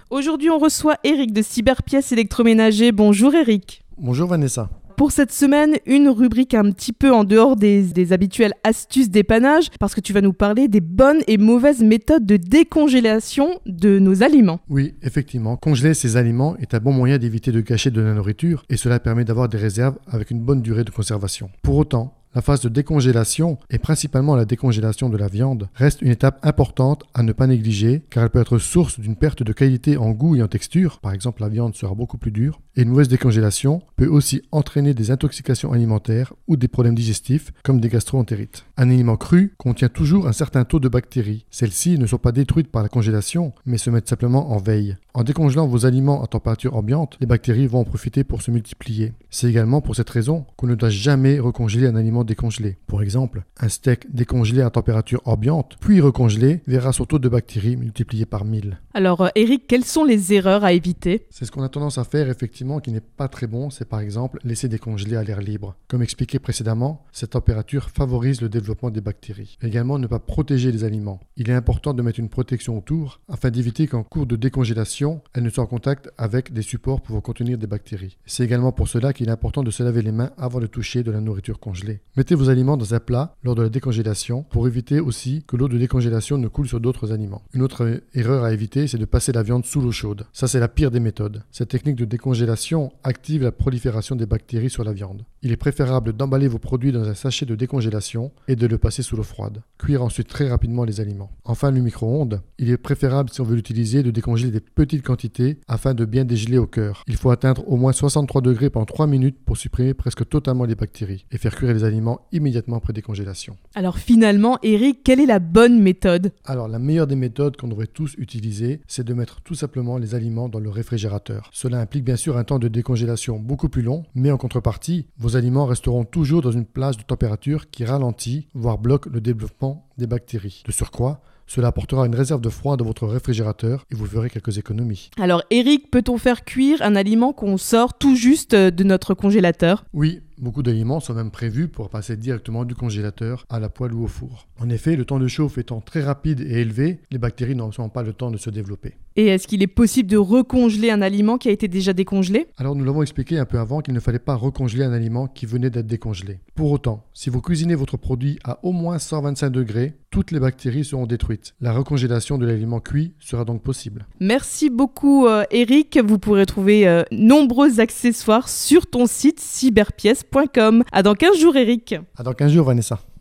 Aujourd'hui, on reçoit Eric de Cyberpièces électroménager. Bonjour Eric. Bonjour Vanessa. Pour cette semaine, une rubrique un petit peu en dehors des habituelles astuces dépannage, parce que tu vas nous parler des bonnes et mauvaises méthodes de décongélation de nos aliments. Oui, effectivement, congeler ces aliments est un bon moyen d'éviter de gâcher de la nourriture et cela permet d'avoir des réserves avec une bonne durée de conservation. Pour autant, la phase de décongélation, et principalement la décongélation de la viande, reste une étape importante à ne pas négliger car elle peut être source d'une perte de qualité en goût et en texture, par exemple la viande sera beaucoup plus dure, et une mauvaise décongélation peut aussi entraîner des intoxications alimentaires ou des problèmes digestifs comme des gastro-entérites. Un aliment cru contient toujours un certain taux de bactéries. Celles-ci ne sont pas détruites par la congélation, mais se mettent simplement en veille. En décongelant vos aliments à température ambiante, les bactéries vont en profiter pour se multiplier. C'est également pour cette raison qu'on ne doit jamais recongeler un aliment décongelé. Pour exemple, un steak décongelé à température ambiante, puis recongelé, verra son taux de bactéries multiplié par 1000. Alors Eric, quelles sont les erreurs à éviter ? C'est ce qu'on a tendance à faire effectivement qui n'est pas très bon, c'est par exemple laisser décongeler à l'air libre. Comme expliqué précédemment, cette température favorise le développement des bactéries. Également, ne pas protéger les aliments. Il est important de mettre une protection autour afin d'éviter qu'en cours de décongélation, elle ne soit en contact avec des supports pouvant contenir des bactéries. C'est également pour cela qu'il est important de se laver les mains avant de toucher de la nourriture congelée. Mettez vos aliments dans un plat lors de la décongélation pour éviter aussi que l'eau de décongélation ne coule sur d'autres aliments. Une autre erreur à éviter, c'est de passer la viande sous l'eau chaude. Ça, c'est la pire des méthodes. Cette technique de décongélation active la prolifération des bactéries sur la viande. Il est préférable d'emballer vos produits dans un sachet de décongélation et de le passer sous l'eau froide. Cuire ensuite très rapidement les aliments. Enfin, le micro-ondes. Il est préférable, si on veut l'utiliser, de décongeler des petites quantités afin de bien dégeler au cœur. Il faut atteindre au moins 63 degrés pendant 3 minutes pour supprimer presque totalement les bactéries et faire cuire les aliments immédiatement après décongélation. Alors finalement, Eric, quelle est la bonne méthode ? Alors la meilleure des méthodes qu'on devrait tous utiliser, c'est de mettre tout simplement les aliments dans le réfrigérateur. Cela implique bien sûr un temps de décongélation beaucoup plus long, mais en contrepartie, vos aliments resteront toujours dans une plage de température qui ralentit, voire bloque le développement des bactéries. De surcroît, cela apportera une réserve de froid dans votre réfrigérateur et vous ferez quelques économies. Alors Eric, peut-on faire cuire un aliment qu'on sort tout juste de notre congélateur ? Oui, beaucoup d'aliments sont même prévus pour passer directement du congélateur à la poêle ou au four. En effet, le temps de chauffe étant très rapide et élevé, les bactéries n'ont absolument pas le temps de se développer. Et est-ce qu'il est possible de recongeler un aliment qui a été déjà décongelé ? Alors nous l'avons expliqué un peu avant qu'il ne fallait pas recongeler un aliment qui venait d'être décongelé. Pour autant, si vous cuisinez votre produit à au moins 125 degrés, toutes les bactéries seront détruites. La recongélation de l'aliment cuit sera donc possible. Merci beaucoup Eric. Vous pourrez trouver nombreux accessoires sur ton site cyberpièces.com. À dans 15 jours Eric. À dans 15 jours Vanessa.